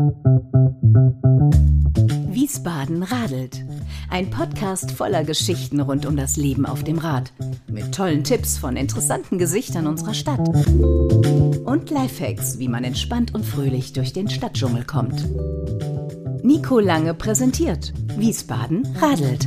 Wiesbaden radelt. Ein Podcast voller Geschichten rund um das Leben auf dem Rad. Mit tollen Tipps von interessanten Gesichtern unserer Stadt. Und Lifehacks, wie man entspannt und fröhlich durch den Stadtdschungel kommt. Nico Lange präsentiert Wiesbaden radelt.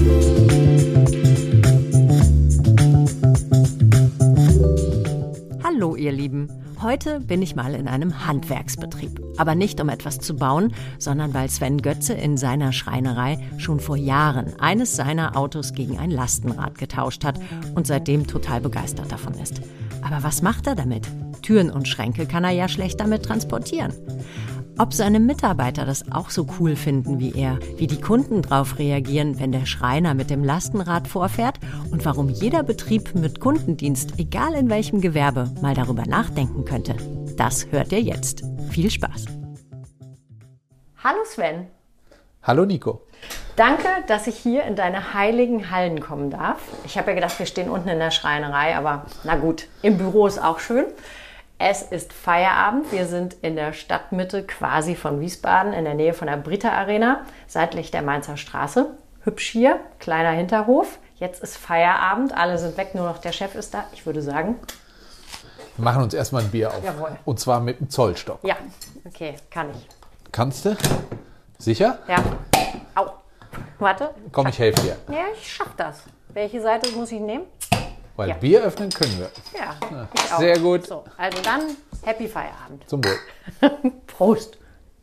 Hallo ihr Lieben, heute bin ich mal in einem Handwerksbetrieb. Aber nicht um etwas zu bauen, sondern weil Sven Götze in seiner Schreinerei schon vor Jahren eines seiner Autos gegen ein Lastenrad getauscht hat und seitdem total begeistert davon ist. Aber was macht er damit? Türen und Schränke kann er ja schlecht damit transportieren. Ob seine Mitarbeiter das auch so cool finden wie er, wie die Kunden drauf reagieren, wenn der Schreiner mit dem Lastenrad vorfährt und warum jeder Betrieb mit Kundendienst, egal in welchem Gewerbe, mal darüber nachdenken könnte, das hört ihr jetzt. Viel Spaß! Hallo Sven. Hallo Nico. Danke, dass ich hier in deine heiligen Hallen kommen darf. Ich habe ja gedacht, wir stehen unten in der Schreinerei, aber na gut, im Büro ist auch schön. Es ist Feierabend. Wir sind in der Stadtmitte quasi von Wiesbaden, in der Nähe von der Britta Arena, seitlich der Mainzer Straße. Hübsch hier, kleiner Hinterhof. Jetzt ist Feierabend, alle sind weg, nur noch der Chef ist da. Ich würde sagen, wir machen uns erstmal ein Bier auf. Jawohl. Und zwar mit dem Zollstock. Ja, okay, kann ich. Kannst du? Sicher? Ja. Au. Warte. Komm, ich helfe dir. Ja, ich schaff das. Welche Seite muss ich nehmen? Weil Ja. Bier öffnen können wir. Ja, ich auch. Sehr gut. So, also dann Happy Feierabend. Zum Wohl. Prost.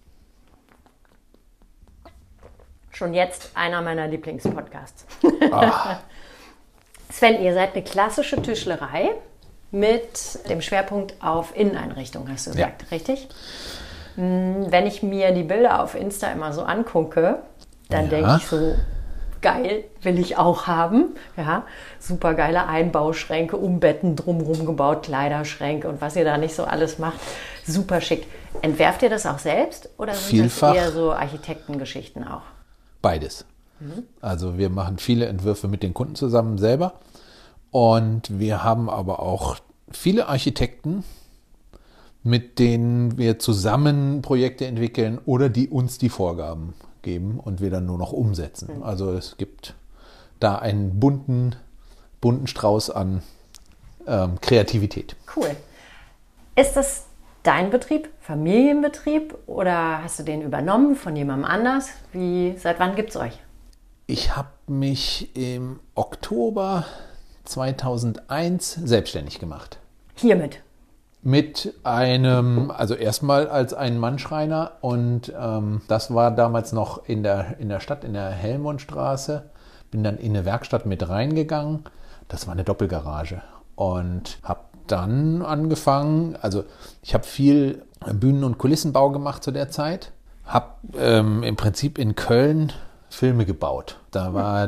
Schon jetzt einer meiner Lieblingspodcasts. Sven, ihr seid eine klassische Tischlerei mit dem Schwerpunkt auf Inneneinrichtung, hast du gesagt, richtig? Wenn ich mir die Bilder auf Insta immer so angucke, dann denke ich so, geil, will ich auch haben. Ja, super geile Einbauschränke, Betten drumherum gebaut, Kleiderschränke und was ihr da nicht so alles macht. Super schick. Entwerft ihr das auch selbst oder sind Vielfach. das eher so Architektengeschichten auch? Beides. Also wir machen viele Entwürfe mit den Kunden zusammen selber. Und wir haben aber auch viele Architekten, mit denen wir zusammen Projekte entwickeln oder die uns die Vorgaben geben und wir dann nur noch umsetzen. Also es gibt da einen bunten Strauß an Kreativität. Cool. Ist das dein Betrieb, Familienbetrieb oder hast du den übernommen von jemandem anders? Seit wann gibt es euch? Ich habe mich im Oktober 2001 selbstständig gemacht. Hiermit? Mit einem, also erstmal als Ein-Mann-Schreiner und das war damals noch in der Stadt, in der Helmondstraße. Bin dann in eine Werkstatt mit reingegangen. Das war eine Doppelgarage und habe dann angefangen, also ich habe viel Bühnen- und Kulissenbau gemacht zu der Zeit. Habe im Prinzip in Köln Filme gebaut. Da war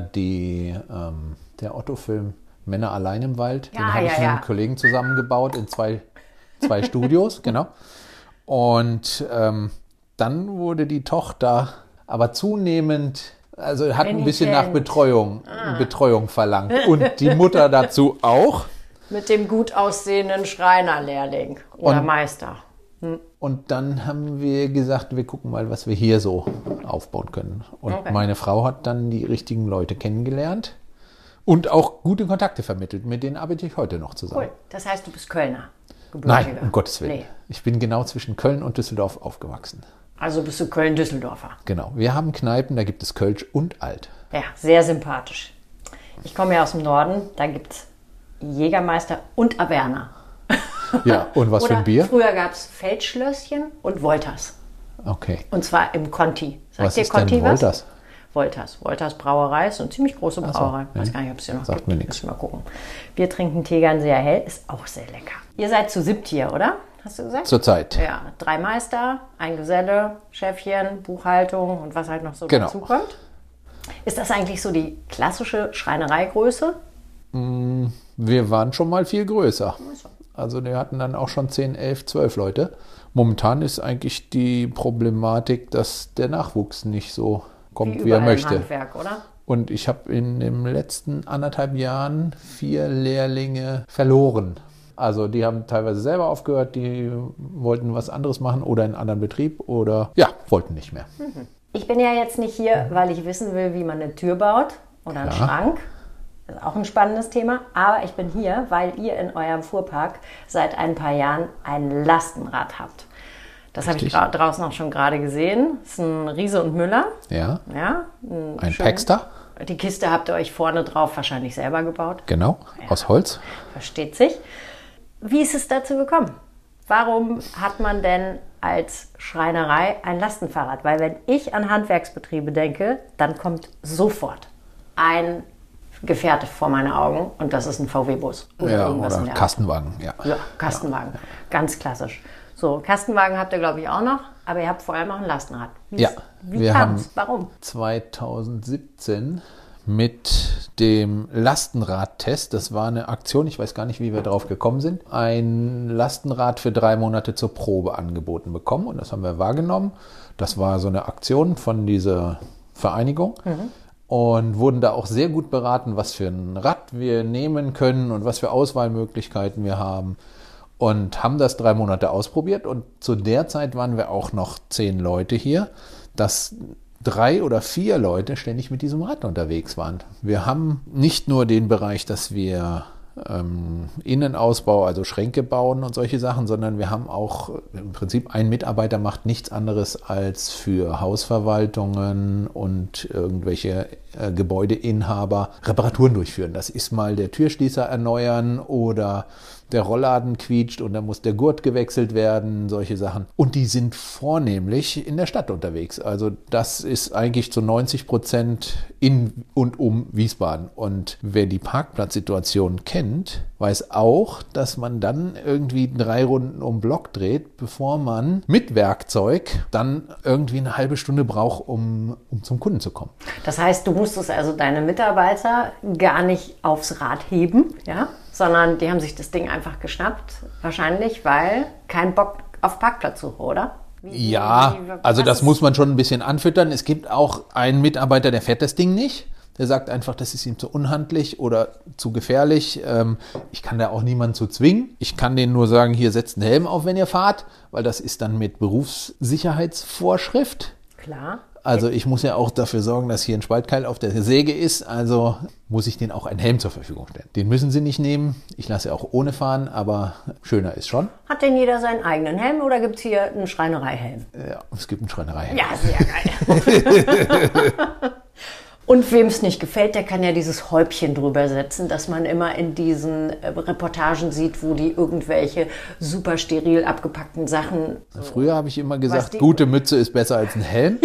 der Otto-Film Männer allein im Wald. Den habe ich mit einem Kollegen zusammengebaut in zwei Studios, genau. Und dann wurde die Tochter aber zunehmend, also hat ein bisschen nach Betreuung verlangt. Und die Mutter dazu auch. Mit dem gut aussehenden Schreinerlehrling oder Meister. Und dann haben wir gesagt, wir gucken mal, was wir hier so aufbauen können. Und meine Frau hat dann die richtigen Leute kennengelernt und auch gute Kontakte vermittelt. Mit denen arbeite ich heute noch zusammen. Cool. Das heißt, du bist Kölner? Nein, um Gottes Willen. Nee. Ich bin genau zwischen Köln und Düsseldorf aufgewachsen. Also bist du Köln-Düsseldorfer? Genau. Wir haben Kneipen, da gibt es Kölsch und Alt. Ja, sehr sympathisch. Ich komme ja aus dem Norden, da gibt es Jägermeister und Averna. Ja, und was für ein Bier? Früher gab es Feldschlösschen und Wolters. Okay. Und zwar im Conti. Sagt Was dir ist Conti denn Wolters? Wolters. Wolters Brauerei ist eine ziemlich große Brauerei. ja. Weiß gar nicht, ob es hier noch Sagt gibt. mir nichts. Müssen wir mal gucken. Wir trinken Tegern sehr hell, ist auch sehr lecker. Ihr seid zu siebt hier, oder? Hast du gesagt? Zurzeit. Ja, 3 Meister, ein Geselle, Chefchen, Buchhaltung und was halt noch so Genau. dazu kommt. Ist das eigentlich so die klassische Schreinereigröße? Wir waren schon mal viel größer. Also wir hatten dann auch schon 10, 11, 12 Leute. Momentan ist eigentlich die Problematik, dass der Nachwuchs nicht so kommt, wie er möchte. Im Handwerk, oder? Und ich habe in den letzten 1,5 Jahren 4 Lehrlinge verloren. Also die haben teilweise selber aufgehört, die wollten was anderes machen oder in einen anderen Betrieb oder wollten nicht mehr. Ich bin ja jetzt nicht hier, weil ich wissen will, wie man eine Tür baut oder einen Schrank. Das ist auch ein spannendes Thema. Aber ich bin hier, weil ihr in eurem Fuhrpark seit ein paar Jahren ein Lastenrad habt. Das habe ich draußen auch schon gerade gesehen. Das ist ein Riese und Müller. Ja. Ein schön. Paxter. Die Kiste habt ihr euch vorne drauf wahrscheinlich selber gebaut. Genau, aus Holz. Versteht sich. Wie ist es dazu gekommen? Warum hat man denn als Schreinerei ein Lastenfahrrad? Weil wenn ich an Handwerksbetriebe denke, dann kommt sofort ein Gefährt vor meine Augen und das ist ein VW-Bus. Oder Kastenwagen. Ja, Kastenwagen. Ja. Ganz klassisch. So, Kastenwagen habt ihr, glaube ich, auch noch, aber ihr habt vor allem auch ein Lastenrad. Wie kam es? Warum? 2017 mit dem Lastenradtest, das war eine Aktion, ich weiß gar nicht, wie wir drauf gekommen sind, ein Lastenrad für 3 Monate zur Probe angeboten bekommen und das haben wir wahrgenommen. Das war so eine Aktion von dieser Vereinigung. Und wurden da auch sehr gut beraten, was für ein Rad wir nehmen können und was für Auswahlmöglichkeiten wir haben. Und haben das 3 Monate ausprobiert. Und zu der Zeit waren wir auch noch 10 Leute hier, dass 3 oder 4 Leute ständig mit diesem Rad unterwegs waren. Wir haben nicht nur den Bereich, dass wir Innenausbau, also Schränke bauen und solche Sachen, sondern wir haben auch im Prinzip, ein Mitarbeiter macht nichts anderes als für Hausverwaltungen und irgendwelche Gebäudeinhaber Reparaturen durchführen. Das ist mal der Türschließer erneuern oder der Rollladen quietscht und dann muss der Gurt gewechselt werden, solche Sachen. Und die sind vornehmlich in der Stadt unterwegs. Also das ist eigentlich zu 90% in und um Wiesbaden. Und wer die Parkplatzsituation kennt, weiß auch, dass man dann irgendwie 3 Runden um den Block dreht, bevor man mit Werkzeug dann irgendwie eine halbe Stunde braucht, um zum Kunden zu kommen. Das heißt, du musstest also deine Mitarbeiter gar nicht aufs Rad heben, ja? Sondern die haben sich das Ding einfach geschnappt, wahrscheinlich, weil kein Bock auf Parkplatzsuche, oder? Also das muss man schon ein bisschen anfüttern. Es gibt auch einen Mitarbeiter, der fährt das Ding nicht. Der sagt einfach, das ist ihm zu unhandlich oder zu gefährlich. Ich kann da auch niemanden zu zwingen. Ich kann denen nur sagen, hier setzt einen Helm auf, wenn ihr fahrt, weil das ist dann mit Berufssicherheitsvorschrift. Klar. Also ich muss ja auch dafür sorgen, dass hier ein Spaltkeil auf der Säge ist. Also muss ich denen auch einen Helm zur Verfügung stellen. Den müssen sie nicht nehmen. Ich lasse auch ohne fahren, aber schöner ist schon. Hat denn jeder seinen eigenen Helm oder gibt es hier einen Schreinereihelm? Ja, es gibt einen Schreinereihelm. Ja, sehr geil. Und wem es nicht gefällt, der kann ja dieses Häubchen drüber setzen, das man immer in diesen Reportagen sieht, wo die irgendwelche super steril abgepackten Sachen... Früher habe ich immer gesagt, gute Mütze ist besser als ein Helm.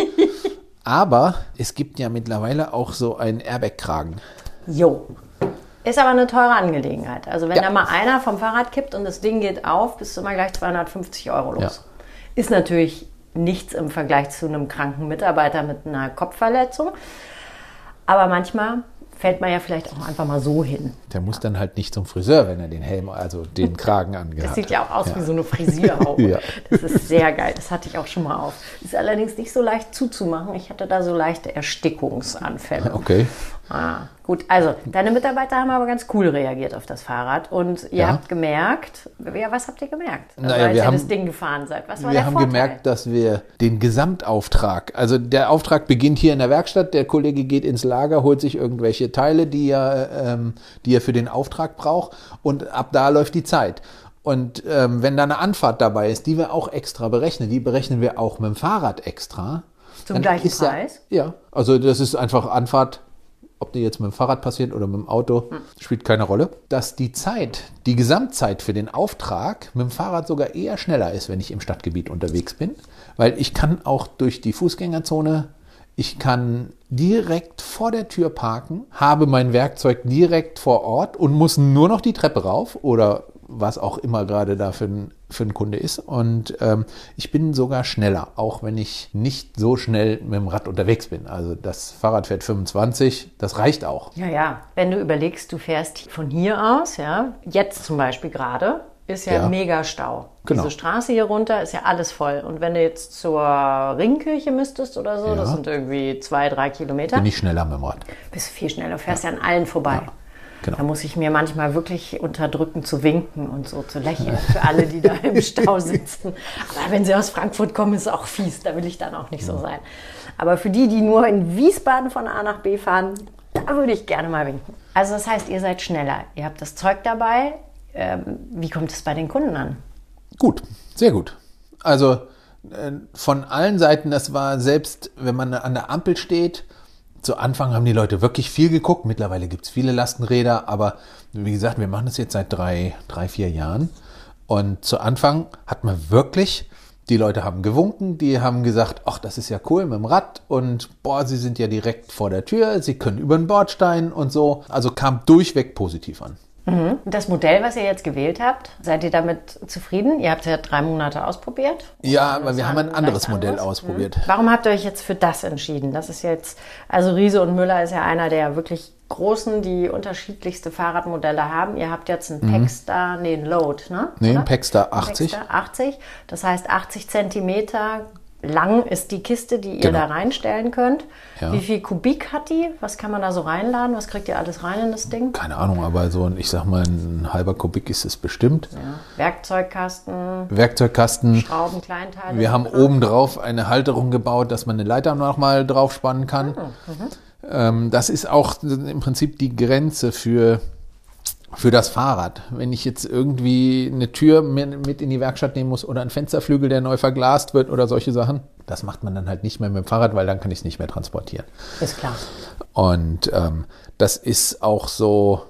Aber es gibt ja mittlerweile auch so einen Airbag-Kragen. Jo. Ist aber eine teure Angelegenheit. Also wenn da mal einer vom Fahrrad kippt und das Ding geht auf, bist du mal gleich 250 € los. Ja. Ist natürlich nichts im Vergleich zu einem kranken Mitarbeiter mit einer Kopfverletzung. Aber manchmal fällt man ja vielleicht auch einfach mal so hin. Der muss dann halt nicht zum Friseur, wenn er den Helm, also den Kragen angehat. Das sieht ja auch aus wie so eine Frisierhaube. Ja. Das ist sehr geil. Das hatte ich auch schon mal auf. Ist allerdings nicht so leicht zuzumachen. Ich hatte da so leichte Erstickungsanfälle. Okay. Gut, also deine Mitarbeiter haben aber ganz cool reagiert auf das Fahrrad und ihr habt gemerkt, was habt ihr gemerkt? Als ihr das Ding gefahren seid, was war der Vorteil? Wir haben gemerkt, dass wir den Gesamtauftrag, also der Auftrag beginnt hier in der Werkstatt, der Kollege geht ins Lager, holt sich irgendwelche Teile, die er für den Auftrag braucht und ab da läuft die Zeit. Und wenn da eine Anfahrt dabei ist, die wir auch extra berechnen, die berechnen wir auch mit dem Fahrrad extra. Zum gleichen Preis? Ja, also das ist einfach Anfahrt. Ob die jetzt mit dem Fahrrad passiert oder mit dem Auto, spielt keine Rolle. Dass die Gesamtzeit für den Auftrag mit dem Fahrrad sogar eher schneller ist, wenn ich im Stadtgebiet unterwegs bin. Weil ich kann auch durch die Fußgängerzone, ich kann direkt vor der Tür parken, habe mein Werkzeug direkt vor Ort und muss nur noch die Treppe rauf oder was auch immer gerade da für ein Kunde ist. Und ich bin sogar schneller, auch wenn ich nicht so schnell mit dem Rad unterwegs bin. Also das Fahrrad fährt 25, das reicht auch. Ja. Wenn du überlegst, du fährst von hier aus, jetzt zum Beispiel gerade, ist ja mega Stau. Genau. Diese Straße hier runter ist ja alles voll. Und wenn du jetzt zur Ringkirche müsstest oder so, das sind irgendwie 2-3 Kilometer. Bin ich schneller mit dem Rad. Bist du viel schneller, du fährst ja an allen vorbei. Ja. Genau. Da muss ich mir manchmal wirklich unterdrücken, zu winken und so zu lächeln für alle, die da im Stau sitzen. Aber wenn sie aus Frankfurt kommen, ist es auch fies. Da will ich dann auch nicht so sein. Aber für die, die nur in Wiesbaden von A nach B fahren, da würde ich gerne mal winken. Also das heißt, ihr seid schneller. Ihr habt das Zeug dabei. Wie kommt es bei den Kunden an? Gut, sehr gut. Also von allen Seiten, das war selbst, wenn man an der Ampel steht, zu Anfang haben die Leute wirklich viel geguckt. Mittlerweile gibt es viele Lastenräder, aber wie gesagt, wir machen das jetzt seit 3-4 Jahren. Und zu Anfang hat man wirklich, die Leute haben gewunken, die haben gesagt, ach, das ist ja cool mit dem Rad und boah, sie sind ja direkt vor der Tür, sie können über den Bordstein und so. Also kam durchweg positiv an. Das Modell, was ihr jetzt gewählt habt, seid ihr damit zufrieden? Ihr habt es ja 3 Monate ausprobiert. Ja, aber wir haben ein anderes Modell ausprobiert. Warum habt ihr euch jetzt für das entschieden? Das ist jetzt, also Riese und Müller ist ja einer der wirklich großen, die unterschiedlichste Fahrradmodelle haben. Ihr habt jetzt einen Packstar, einen Load, ne? Nee, einen Packstar 80. Packstar 80, das heißt 80 Zentimeter lang ist die Kiste, die ihr da reinstellen könnt. Ja. Wie viel Kubik hat die? Was kann man da so reinladen? Was kriegt ihr alles rein in das Ding? Keine Ahnung, aber so, ich sag mal, ein halber Kubik ist es bestimmt. Ja. Werkzeugkasten, Schrauben, Kleinteile. Wir haben obendrauf eine Halterung gebaut, dass man eine Leiter nochmal drauf spannen kann. Das ist auch im Prinzip die Grenze für das Fahrrad. Wenn ich jetzt irgendwie eine Tür mit in die Werkstatt nehmen muss oder ein Fensterflügel, der neu verglast wird oder solche Sachen, das macht man dann halt nicht mehr mit dem Fahrrad, weil dann kann ich es nicht mehr transportieren. Ist klar. Und das ist auch so,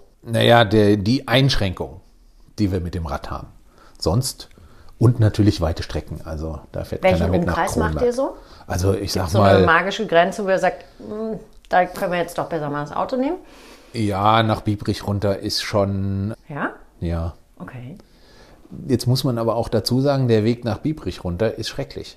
die Einschränkung, die wir mit dem Rad haben. Sonst und natürlich weite Strecken. Also da fährt keiner mit nach Kronberg. Welchen Umkreis macht ihr so? Also ich sag so mal... so eine magische Grenze, wo ihr sagt, da können wir jetzt doch besser mal das Auto nehmen? Ja, nach Biebrich runter ist schon... Ja? Ja. Okay. Jetzt muss man aber auch dazu sagen, der Weg nach Biebrich runter ist schrecklich.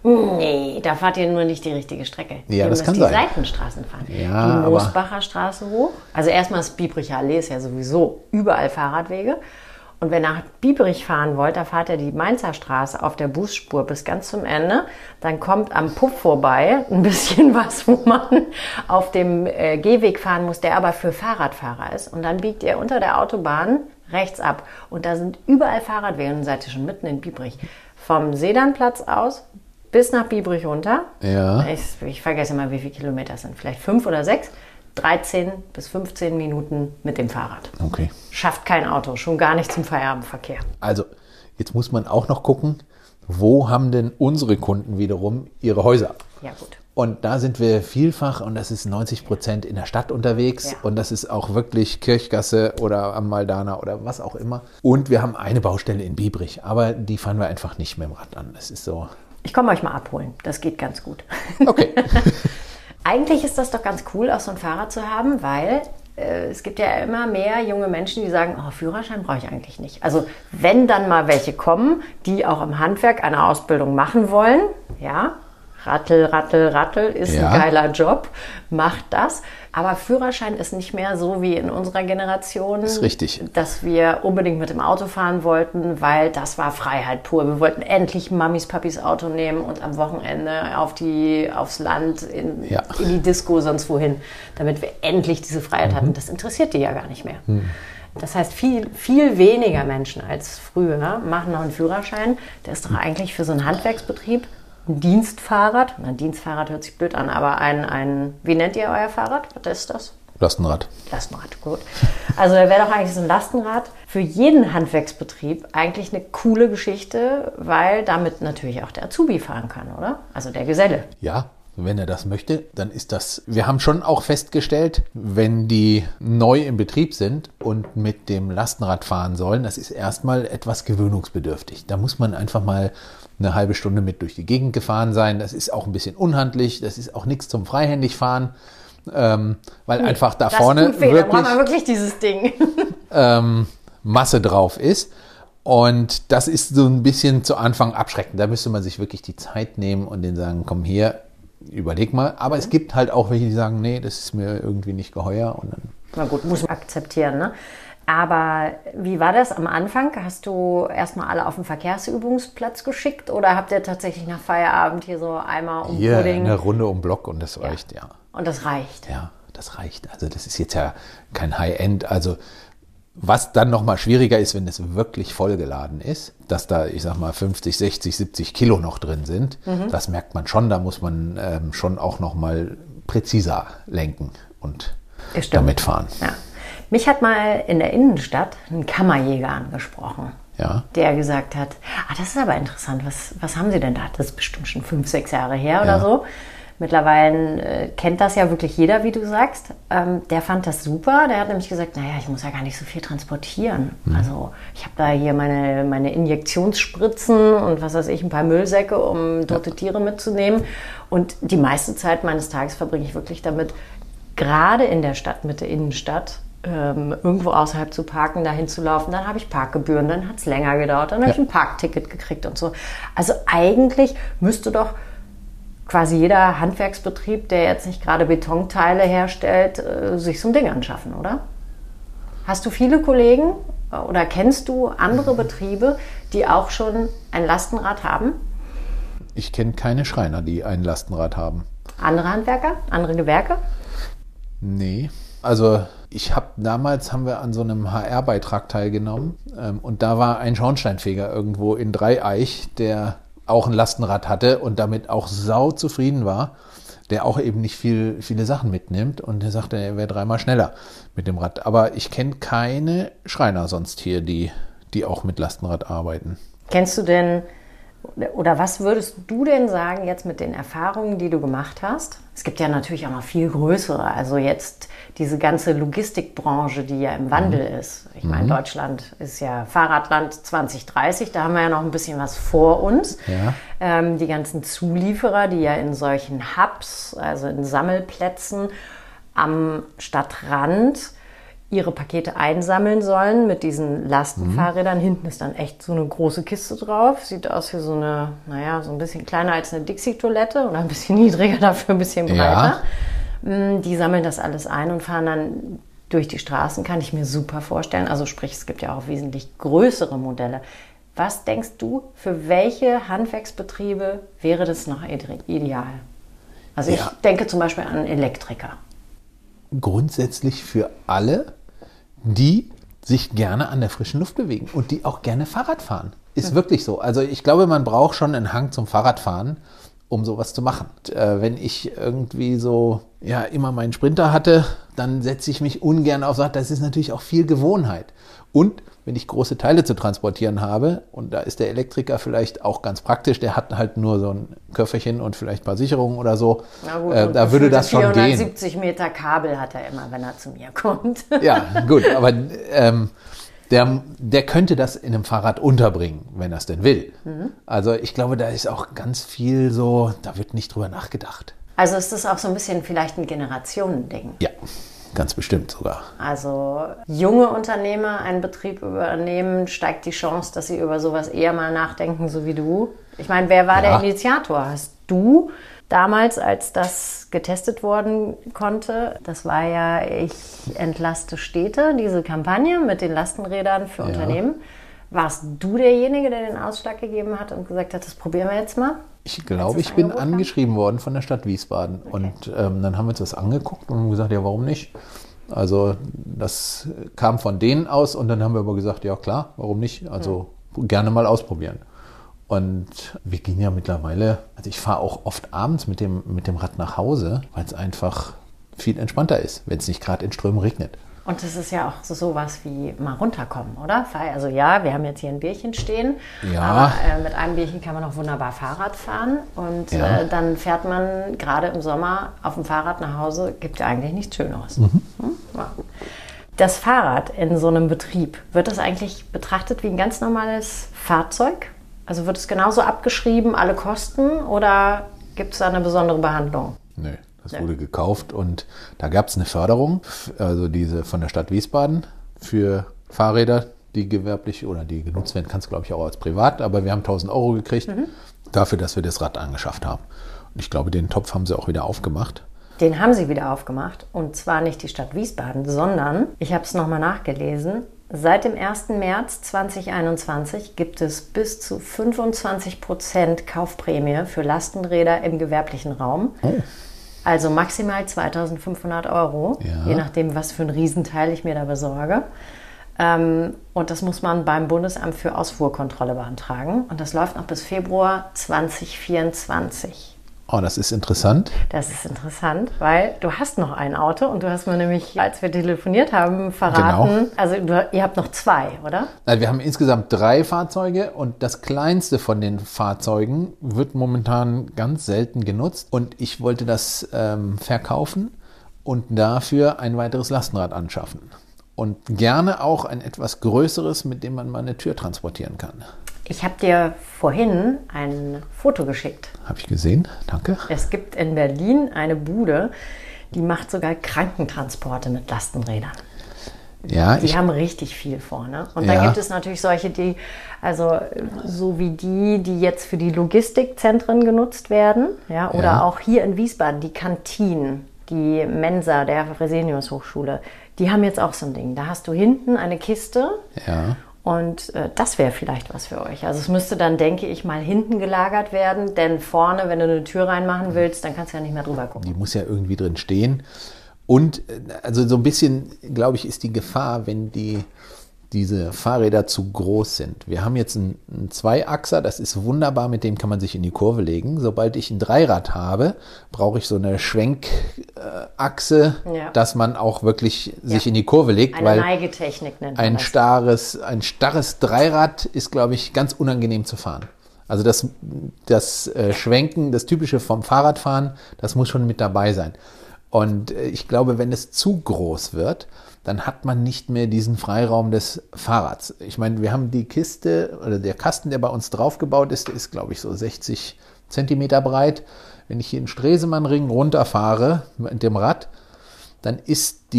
Nee, da fahrt ihr nur nicht die richtige Strecke. Ja, das kann sein. Ihr müsst die Seitenstraßen fahren. Ja, die Moosbacher Straße hoch. Also erstmal ist Biebricher Allee, ist ja sowieso überall Fahrradwege. Und wenn ihr nach Biebrich fahren wollt, da fahrt ihr die Mainzer Straße auf der Busspur bis ganz zum Ende. Dann kommt am Puff vorbei ein bisschen was, wo man auf dem Gehweg fahren muss, der aber für Fahrradfahrer ist. Und dann biegt ihr unter der Autobahn rechts ab. Und da sind überall Fahrradwege. Und dann seid ihr schon mitten in Biebrich. Vom Sedanplatz aus bis nach Biebrich runter. Ja. Ich vergesse mal, wie viele Kilometer es sind. Vielleicht 5 oder 6. 13 bis 15 Minuten mit dem Fahrrad. Okay. Schafft kein Auto, schon gar nicht zum Feierabendverkehr. Also, jetzt muss man auch noch gucken, wo haben denn unsere Kunden wiederum ihre Häuser? Ja, gut. Und da sind wir vielfach, und das ist 90% in der Stadt unterwegs. Ja. Und das ist auch wirklich Kirchgasse oder am Maldana oder was auch immer. Und wir haben eine Baustelle in Biebrich, aber die fahren wir einfach nicht mit dem Rad an. Das ist so. Ich komme euch mal abholen, das geht ganz gut. Okay. Eigentlich ist das doch ganz cool, auch so ein Fahrrad zu haben, weil es gibt ja immer mehr junge Menschen, die sagen, oh, Führerschein brauche ich eigentlich nicht. Also wenn dann mal welche kommen, die auch im Handwerk eine Ausbildung machen wollen, ja, Rattel, Rattel, Rattel ist ein geiler Job, macht das. Aber Führerschein ist nicht mehr so wie in unserer Generation, das ist richtig, dass wir unbedingt mit dem Auto fahren wollten, weil das war Freiheit pur. Wir wollten endlich Mamis, Papis Auto nehmen und am Wochenende aufs Land, in die Disco, sonst wohin, damit wir endlich diese Freiheit hatten. Das interessiert die ja gar nicht mehr. Das heißt, viel, viel weniger Menschen als früher machen noch einen Führerschein. Der ist doch eigentlich für so einen Handwerksbetrieb ein Dienstfahrrad. Ein Dienstfahrrad hört sich blöd an, aber wie nennt ihr euer Fahrrad? Was ist das? Lastenrad. Lastenrad, gut. Also da wäre doch eigentlich so ein Lastenrad für jeden Handwerksbetrieb eigentlich eine coole Geschichte, weil damit natürlich auch der Azubi fahren kann, oder? Also der Geselle. Ja, wenn er das möchte, dann ist das... Wir haben schon auch festgestellt, wenn die neu im Betrieb sind und mit dem Lastenrad fahren sollen, das ist erstmal etwas gewöhnungsbedürftig. Da muss man einfach mal eine halbe Stunde mit durch die Gegend gefahren sein. Das ist auch ein bisschen unhandlich. Das ist auch nichts zum freihändig fahren, weil einfach da vorne wirklich, da braucht man wirklich dieses Ding. Masse drauf ist. Und das ist so ein bisschen zu Anfang abschreckend. Da müsste man sich wirklich die Zeit nehmen und denen sagen, komm hier, überleg mal. Aber es gibt halt auch welche, die sagen, nee, das ist mir irgendwie nicht geheuer. Und dann na gut, muss man akzeptieren, ne? Aber wie war das am Anfang? Hast du erstmal alle auf den Verkehrsübungsplatz geschickt oder habt ihr tatsächlich nach Feierabend hier so einmal um Pudding? Eine Runde um Block und das reicht, ja. Und das reicht? Ja, das reicht. Also das ist jetzt ja kein High-End. Also was dann nochmal schwieriger ist, wenn es wirklich vollgeladen ist, dass da, ich sag mal, 50, 60, 70 Kilo noch drin sind, das merkt man schon. Da muss man schon auch nochmal präziser lenken und damit fahren. Ja. Mich hat mal in der Innenstadt ein Kammerjäger angesprochen, der gesagt hat, das ist aber interessant, was haben Sie denn da? Das ist bestimmt schon 5, 6 Jahre her oder so. Mittlerweile kennt das ja wirklich jeder, wie du sagst. Der fand das super. Der hat nämlich gesagt, naja, ich muss ja gar nicht so viel transportieren. Also ich habe da hier meine Injektionsspritzen und was weiß ich, ein paar Müllsäcke, um tote Tiere mitzunehmen. Und die meiste Zeit meines Tages verbringe ich wirklich damit, gerade in der Stadtmitte, Innenstadt, irgendwo außerhalb zu parken, dahin zu laufen. Dann habe ich Parkgebühren, dann hat es länger gedauert, dann habe ich ein Parkticket gekriegt und so. Also eigentlich müsste doch quasi jeder Handwerksbetrieb, der jetzt nicht gerade Betonteile herstellt, sich so ein Ding anschaffen, oder? Hast du viele Kollegen oder kennst du andere Betriebe, die auch schon ein Lastenrad haben? Ich kenne keine Schreiner, die ein Lastenrad haben. Andere Handwerker? Andere Gewerke? Nee. Also haben wir an so einem HR-Beitrag teilgenommen und da war ein Schornsteinfeger irgendwo in Dreieich, der auch ein Lastenrad hatte und damit auch sau zufrieden war, der auch eben nicht viele Sachen mitnimmt und der sagte, er wäre 3-mal schneller mit dem Rad. Aber ich kenne keine Schreiner sonst hier, die auch mit Lastenrad arbeiten. Kennst du denn, oder was würdest du denn sagen jetzt mit den Erfahrungen, die du gemacht hast? Es gibt ja natürlich auch noch viel größere, also jetzt diese ganze Logistikbranche, die ja im Wandel ist. Ich meine, Deutschland ist ja Fahrradland 2030, da haben wir ja noch ein bisschen was vor uns. Ja. Die ganzen Zulieferer, die ja in solchen Hubs, also in Sammelplätzen am Stadtrand ihre Pakete einsammeln sollen mit diesen Lastenfahrrädern. Hinten ist dann echt so eine große Kiste drauf. Sieht aus wie so eine, so ein bisschen kleiner als eine Dixie-Toilette oder ein bisschen niedriger, dafür ein bisschen breiter. Ja. Die sammeln das alles ein und fahren dann durch die Straßen, kann ich mir super vorstellen. Also sprich, es gibt ja auch wesentlich größere Modelle. Was denkst du, für welche Handwerksbetriebe wäre das noch ideal? Also ich denke zum Beispiel an Elektriker. Grundsätzlich für alle, die sich gerne an der frischen Luft bewegen und die auch gerne Fahrrad fahren. Ist wirklich so. Also ich glaube, man braucht schon einen Hang zum Fahrradfahren, um sowas zu machen. Und, wenn ich irgendwie so immer meinen Sprinter hatte, dann setze ich mich ungern aufs Rad. Das ist natürlich auch viel Gewohnheit. Und wenn ich große Teile zu transportieren habe, und da ist der Elektriker vielleicht auch ganz praktisch, der hat halt nur so ein Köfferchen und vielleicht ein paar Sicherungen oder so, na gut, da würde das schon gehen. 470 Meter Kabel hat er immer, wenn er zu mir kommt. Ja, gut, aber der könnte das in einem Fahrrad unterbringen, wenn er es denn will. Also ich glaube, da ist auch ganz viel so, da wird nicht drüber nachgedacht. Also ist das auch so ein bisschen vielleicht ein Generationending? Ja. Ganz bestimmt sogar. Also junge Unternehmer einen Betrieb übernehmen, steigt die Chance, dass sie über sowas eher mal nachdenken, so wie du. Ich meine, wer war der Initiator? Hast du damals, als das getestet worden konnte, das war ja Ich entlaste Städte, diese Kampagne mit den Lastenrädern für Unternehmen. Warst du derjenige, der den Ausschlag gegeben hat und gesagt hat, das probieren wir jetzt mal? Ich glaube, ich bin angeschrieben worden von der Stadt Wiesbaden. Okay. Und dann haben wir uns das angeguckt und haben gesagt, ja, warum nicht? Also das kam von denen aus und dann haben wir aber gesagt, ja klar, warum nicht? Also gerne mal ausprobieren. Und wir gehen ja mittlerweile, also ich fahre auch oft abends mit dem Rad nach Hause, weil es einfach viel entspannter ist, wenn es nicht gerade in Strömen regnet. Und das ist ja auch sowas wie mal runterkommen, oder? Also ja, wir haben jetzt hier ein Bierchen stehen, aber mit einem Bierchen kann man auch wunderbar Fahrrad fahren. Und dann fährt man gerade im Sommer auf dem Fahrrad nach Hause, gibt ja eigentlich nichts Schöneres. Ja. Das Fahrrad in so einem Betrieb, wird das eigentlich betrachtet wie ein ganz normales Fahrzeug? Also wird es genauso abgeschrieben, alle Kosten, oder gibt es da eine besondere Behandlung? Nö. Das wurde gekauft und da gab es eine Förderung, also diese von der Stadt Wiesbaden für Fahrräder, die gewerblich oder die genutzt werden, kannst du glaube ich auch als privat, aber wir haben 1.000 Euro gekriegt dafür, dass wir das Rad angeschafft haben. Und ich glaube, den Topf haben sie auch wieder aufgemacht. Den haben sie wieder aufgemacht und zwar nicht die Stadt Wiesbaden, sondern, ich habe es nochmal nachgelesen, seit dem 1. März 2021 gibt es bis zu 25% Kaufprämie für Lastenräder im gewerblichen Raum. Oh. Also maximal 2.500 €, je nachdem, was für ein Riesenteil ich mir da besorge. Und das muss man beim Bundesamt für Ausfuhrkontrolle beantragen. Und das läuft noch bis Februar 2024. Oh, das ist interessant. Das ist interessant, weil du hast noch ein Auto und du hast mir nämlich, als wir telefoniert haben, verraten, also ihr habt noch 2, oder? Nein, wir haben insgesamt 3 Fahrzeuge und das kleinste von den Fahrzeugen wird momentan ganz selten genutzt und ich wollte das verkaufen und dafür ein weiteres Lastenrad anschaffen. Und gerne auch ein etwas größeres, mit dem man mal eine Tür transportieren kann. Ich habe dir vorhin ein Foto geschickt. Habe ich gesehen, danke. Es gibt in Berlin eine Bude, die macht sogar Krankentransporte mit Lastenrädern. Ja, die haben richtig viel vorne. Und dann gibt es natürlich solche, die, also so wie die jetzt für die Logistikzentren genutzt werden, ja, oder auch hier in Wiesbaden, die Kantinen, die Mensa der Fresenius Hochschule, die haben jetzt auch so ein Ding. Da hast du hinten eine Kiste. Ja. Und das wäre vielleicht was für euch. Also es müsste dann, denke ich, mal hinten gelagert werden, denn vorne, wenn du eine Tür reinmachen willst, dann kannst du ja nicht mehr drüber gucken. Die muss ja irgendwie drin stehen. Und also so ein bisschen, glaube ich, ist die Gefahr, wenn diese Fahrräder zu groß sind. Wir haben jetzt einen Zweiachser, das ist wunderbar, mit dem kann man sich in die Kurve legen. Sobald ich ein Dreirad habe, brauche ich so eine Schwenkachse, dass man auch wirklich sich in die Kurve legt. Eine Neigetechnik nennt man das. Ein starres Dreirad ist, glaube ich, ganz unangenehm zu fahren. Also das Schwenken, das Typische vom Fahrradfahren, das muss schon mit dabei sein. Und ich glaube, wenn es zu groß wird, dann hat man nicht mehr diesen Freiraum des Fahrrads. Ich meine, wir haben die Kiste oder der Kasten, der bei uns draufgebaut ist, der ist, glaube ich, so 60 Zentimeter breit. Wenn ich hier in Stresemannring runterfahre mit dem Rad, dann ist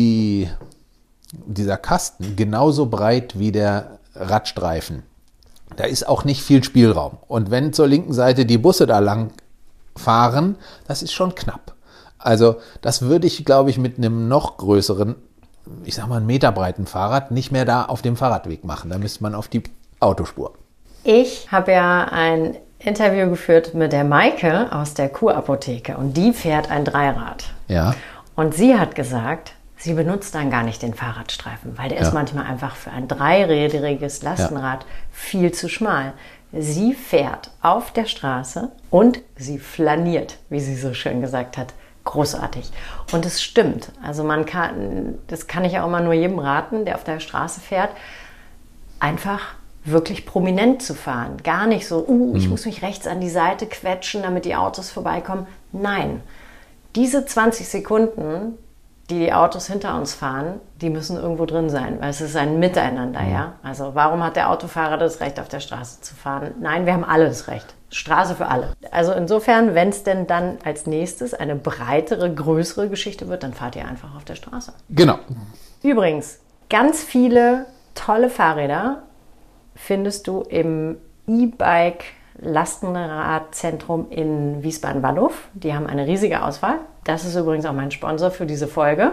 dieser Kasten genauso breit wie der Radstreifen. Da ist auch nicht viel Spielraum. Und wenn zur linken Seite die Busse da lang fahren, das ist schon knapp. Also das würde ich, glaube ich, mit einem noch größeren, ich sag mal, einen Meter breiten Fahrrad nicht mehr da auf dem Fahrradweg machen. Da müsste man auf die Autospur. Ich habe ja ein Interview geführt mit der Maike aus der Kurapotheke und die fährt ein Dreirad. Ja. Und sie hat gesagt, sie benutzt dann gar nicht den Fahrradstreifen, weil der ist manchmal einfach für ein dreirädriges Lastenrad viel zu schmal. Sie fährt auf der Straße und sie flaniert, wie sie so schön gesagt hat. Großartig. Und es stimmt. Also das kann ich auch mal nur jedem raten, der auf der Straße fährt, einfach wirklich prominent zu fahren. Gar nicht so, ich muss mich rechts an die Seite quetschen, damit die Autos vorbeikommen. Nein, diese 20 Sekunden, die Autos hinter uns fahren, die müssen irgendwo drin sein, weil es ist ein Miteinander, ja. Also warum hat der Autofahrer das Recht, auf der Straße zu fahren? Nein, wir haben alle das Recht. Straße für alle. Also insofern, wenn es denn dann als nächstes eine breitere, größere Geschichte wird, dann fahrt ihr einfach auf der Straße. Genau. Übrigens, ganz viele tolle Fahrräder findest du im E-Bike Lastenradzentrum in Wiesbaden-Waldhof. Die haben eine riesige Auswahl. Das ist übrigens auch mein Sponsor für diese Folge.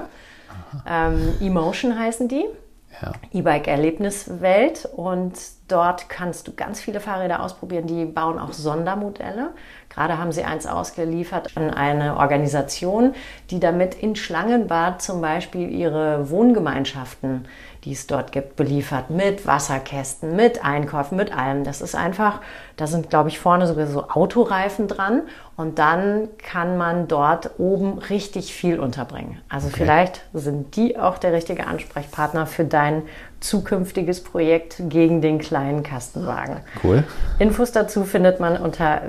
eMotion heißen die. Ja. E-Bike Erlebniswelt und dort kannst du ganz viele Fahrräder ausprobieren. Die bauen auch Sondermodelle. Gerade haben sie eins ausgeliefert an eine Organisation, die damit in Schlangenbad zum Beispiel ihre Wohngemeinschaften, die es dort gibt, beliefert mit Wasserkästen, mit Einkäufen, mit allem. Das ist einfach, da sind, glaube ich, vorne sogar so Autoreifen dran und dann kann man dort oben richtig viel unterbringen. Also vielleicht sind die auch der richtige Ansprechpartner für dein zukünftiges Projekt gegen den kleinen Kastenwagen. Cool. Infos dazu findet man unter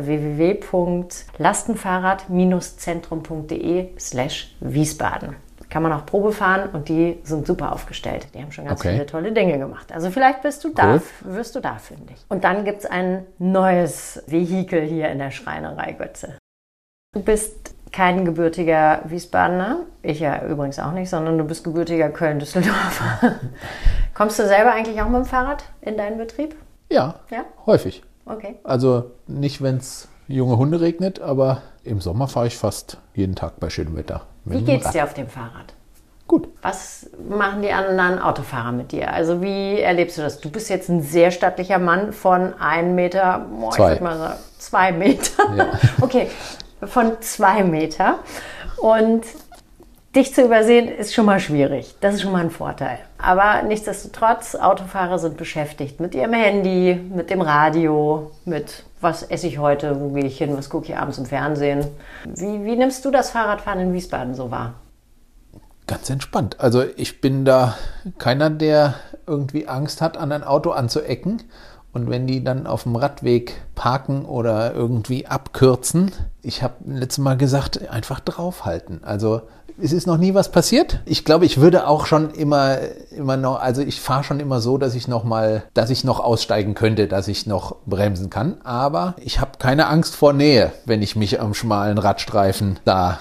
www.lastenfahrrad-zentrum.de/Wiesbaden. Kann man auch Probe fahren und die sind super aufgestellt. Die haben schon ganz viele tolle Dinge gemacht. Also vielleicht wirst du da fündig. Und dann gibt es ein neues Vehikel hier in der Schreinerei Götze. Du bist kein gebürtiger Wiesbadener, ich ja übrigens auch nicht, sondern du bist gebürtiger Köln-Düsseldorfer. Kommst du selber eigentlich auch mit dem Fahrrad in deinen Betrieb? Ja, häufig. Okay. Also nicht, wenn es junge Hunde regnet, aber im Sommer fahre ich fast jeden Tag bei schönem Wetter. Wie geht's dir auf dem Fahrrad? Gut. Was machen die anderen Autofahrer mit dir? Also wie erlebst du das? Du bist jetzt ein sehr stattlicher Mann von 1 Meter, ich würde mal sagen 2 Meter. Ja. Okay, von 2 Meter. Und dich zu übersehen ist schon mal schwierig. Das ist schon mal ein Vorteil. Aber nichtsdestotrotz, Autofahrer sind beschäftigt mit ihrem Handy, mit dem Radio, mit was esse ich heute, wo gehe ich hin, was gucke ich abends im Fernsehen. Wie nimmst du das Fahrradfahren in Wiesbaden so wahr? Ganz entspannt. Also ich bin da keiner, der irgendwie Angst hat, an ein Auto anzuecken. Und wenn die dann auf dem Radweg parken oder irgendwie abkürzen, ich habe letztes Mal gesagt, einfach draufhalten. Also es ist noch nie was passiert. Ich glaube, ich würde auch schon immer noch, also ich fahre schon immer so, dass ich noch aussteigen könnte, dass ich noch bremsen kann. Aber ich habe keine Angst vor Nähe, wenn ich mich am schmalen Radstreifen da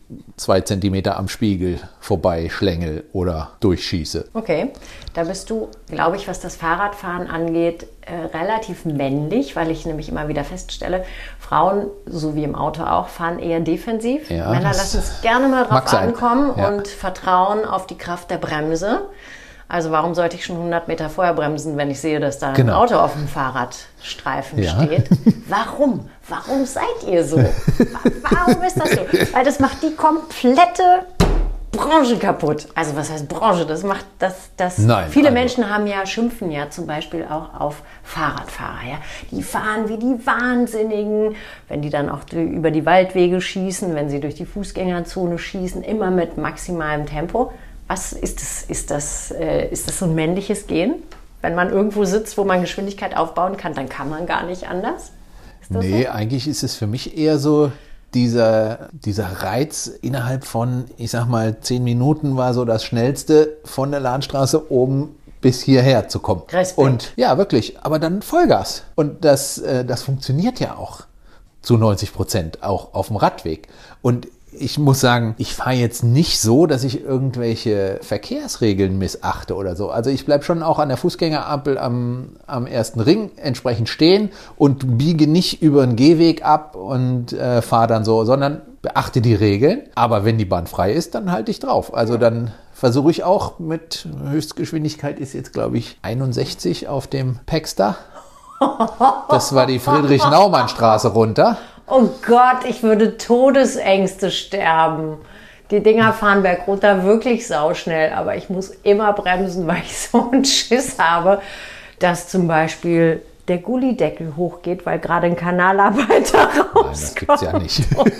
2 Zentimeter am Spiegel vorbei schlängel oder durchschieße. Okay, da bist du, glaube ich, was das Fahrradfahren angeht, relativ männlich, weil ich nämlich immer wieder feststelle, Frauen, so wie im Auto auch, fahren eher defensiv. Ja, Männer lassen es gerne mal drauf ankommen und vertrauen auf die Kraft der Bremse. Also warum sollte ich schon 100 Meter vorher bremsen, wenn ich sehe, dass da ein Auto auf dem Fahrradstreifen steht? Warum? Warum seid ihr so? Warum ist das so? Weil das macht die komplette Branche kaputt. Also was heißt Branche? Das macht das. Nein, viele Menschen schimpfen ja zum Beispiel auch auf Fahrradfahrer. Ja? Die fahren wie die Wahnsinnigen, wenn die dann auch über die Waldwege schießen, wenn sie durch die Fußgängerzone schießen, immer mit maximalem Tempo. Was ist das? Ist das so ein männliches Gen? Wenn man irgendwo sitzt, wo man Geschwindigkeit aufbauen kann, dann kann man gar nicht anders? Ist das so? Eigentlich ist es für mich eher so, dieser Reiz innerhalb von, ich sag mal, 10 Minuten war so das Schnellste, von der Lahnstraße oben bis hierher zu kommen. Respekt. Und ja, wirklich, aber dann Vollgas. Und das funktioniert ja auch zu 90%, auch auf dem Radweg. Und ich muss sagen, ich fahre jetzt nicht so, dass ich irgendwelche Verkehrsregeln missachte oder so. Also ich bleibe schon auch an der Fußgängerampel am ersten Ring entsprechend stehen und biege nicht über den Gehweg ab und fahre dann so, sondern beachte die Regeln. Aber wenn die Bahn frei ist, dann halte ich drauf. Also dann versuche ich auch mit Höchstgeschwindigkeit ist jetzt, glaube ich, 61 auf dem Paxter. Das war die Friedrich-Naumann-Straße runter. Oh Gott, ich würde Todesängste sterben. Die Dinger fahren bergunter wirklich sauschnell, aber ich muss immer bremsen, weil ich so einen Schiss habe, dass zum Beispiel der Gullideckel hochgeht, weil gerade ein Kanalarbeiter rauskommt. Nein, das gibt's ja nicht.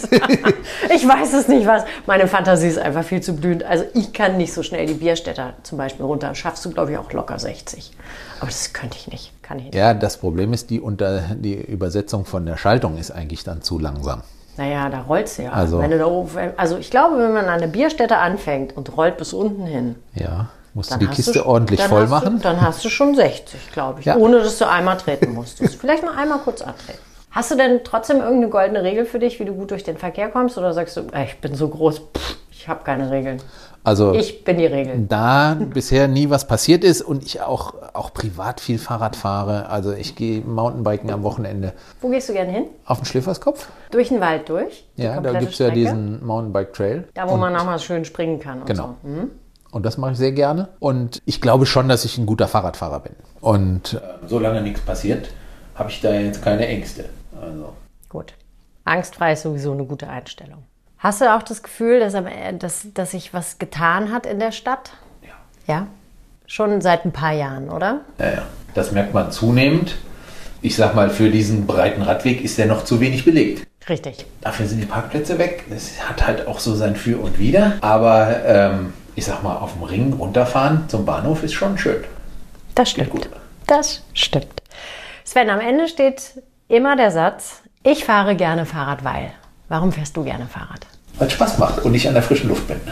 Ich weiß es nicht was. Meine Fantasie ist einfach viel zu blühend. Also ich kann nicht so schnell die Bierstädter zum Beispiel runter. Schaffst du, glaube ich, auch locker 60. Aber das könnte ich nicht. Kann ich nicht. Ja, das Problem ist, die Übersetzung von der Schaltung ist eigentlich dann zu langsam. Naja, da rollst du ja. Also ich glaube, wenn man an der Bierstätte anfängt und rollt bis unten hin. Ja. Musst du die Kiste ordentlich voll machen? Dann hast du schon 60, glaube ich, ja. Ohne dass du einmal treten musstest. Vielleicht mal einmal kurz abtreten. Hast du denn trotzdem irgendeine goldene Regel für dich, wie du gut durch den Verkehr kommst? Oder sagst du, ich bin so groß, ich habe keine Regeln? Also ich bin die Regel. Da bisher nie was passiert ist und ich auch privat viel Fahrrad fahre. Also ich gehe Mountainbiken am Wochenende. Wo gehst du gerne hin? Auf den Schläferskopf. Durch den Wald durch? Ja, da gibt es ja diesen Mountainbike-Trail. Da, wo man auch mal schön springen kann. Und genau. So. Mhm. Und das mache ich sehr gerne. Und ich glaube schon, dass ich ein guter Fahrradfahrer bin. Und solange nichts passiert, habe ich da jetzt keine Ängste. Also. Gut. Angstfrei ist sowieso eine gute Einstellung. Hast du auch das Gefühl, dass sich was getan hat in der Stadt? Ja. Ja? Schon seit ein paar Jahren, oder? Ja. Das merkt man zunehmend. Ich sag mal, für diesen breiten Radweg ist der noch zu wenig belegt. Richtig. Dafür sind die Parkplätze weg. Das hat halt auch so sein Für und Wider. Aber ich sag mal, auf dem Ring runterfahren zum Bahnhof ist schon schön. Das stimmt. Das stimmt. Sven, am Ende steht immer der Satz, ich fahre gerne Fahrrad, weil. Warum fährst du gerne Fahrrad? Weil es Spaß macht und ich an der frischen Luft bin.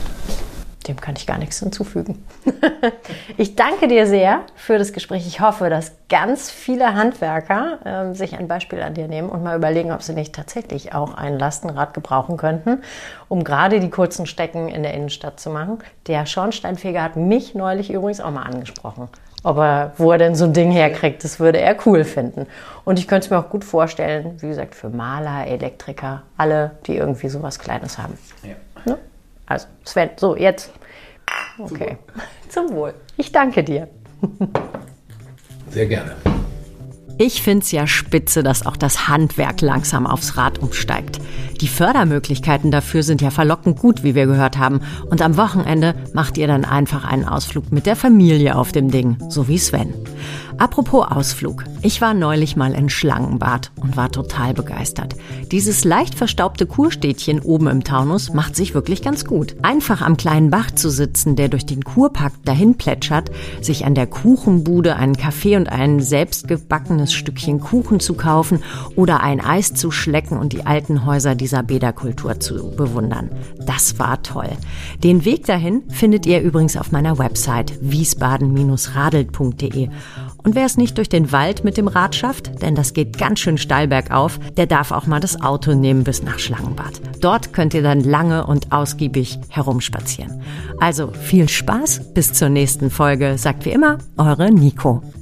Dem kann ich gar nichts hinzufügen. Ich danke dir sehr für das Gespräch. Ich hoffe, dass ganz viele Handwerker sich ein Beispiel an dir nehmen und mal überlegen, ob sie nicht tatsächlich auch ein Lastenrad gebrauchen könnten, um gerade die kurzen Strecken in der Innenstadt zu machen. Der Schornsteinfeger hat mich neulich übrigens auch mal angesprochen. Wo er denn so ein Ding herkriegt, das würde er cool finden. Und ich könnte es mir auch gut vorstellen, wie gesagt, für Maler, Elektriker, alle, die irgendwie sowas Kleines haben. Ja. Ne? Also Sven, so jetzt. Okay, zum Wohl. Ich danke dir. Sehr gerne. Ich finde es ja spitze, dass auch das Handwerk langsam aufs Rad umsteigt. Die Fördermöglichkeiten dafür sind ja verlockend gut, wie wir gehört haben. Und am Wochenende macht ihr dann einfach einen Ausflug mit der Familie auf dem Ding, so wie Sven. Apropos Ausflug. Ich war neulich mal in Schlangenbad und war total begeistert. Dieses leicht verstaubte Kurstädtchen oben im Taunus macht sich wirklich ganz gut. Einfach am kleinen Bach zu sitzen, der durch den Kurpark dahin plätschert, sich an der Kuchenbude einen Kaffee und ein selbstgebackenes Stückchen Kuchen zu kaufen oder ein Eis zu schlecken und die alten Häuser dieser Bäderkultur zu bewundern. Das war toll. Den Weg dahin findet ihr übrigens auf meiner Website wiesbaden-radelt.de. Und wer es nicht durch den Wald mit dem Rad schafft, denn das geht ganz schön steil bergauf, der darf auch mal das Auto nehmen bis nach Schlangenbad. Dort könnt ihr dann lange und ausgiebig herumspazieren. Also viel Spaß, bis zur nächsten Folge, sagt wie immer eure Nico.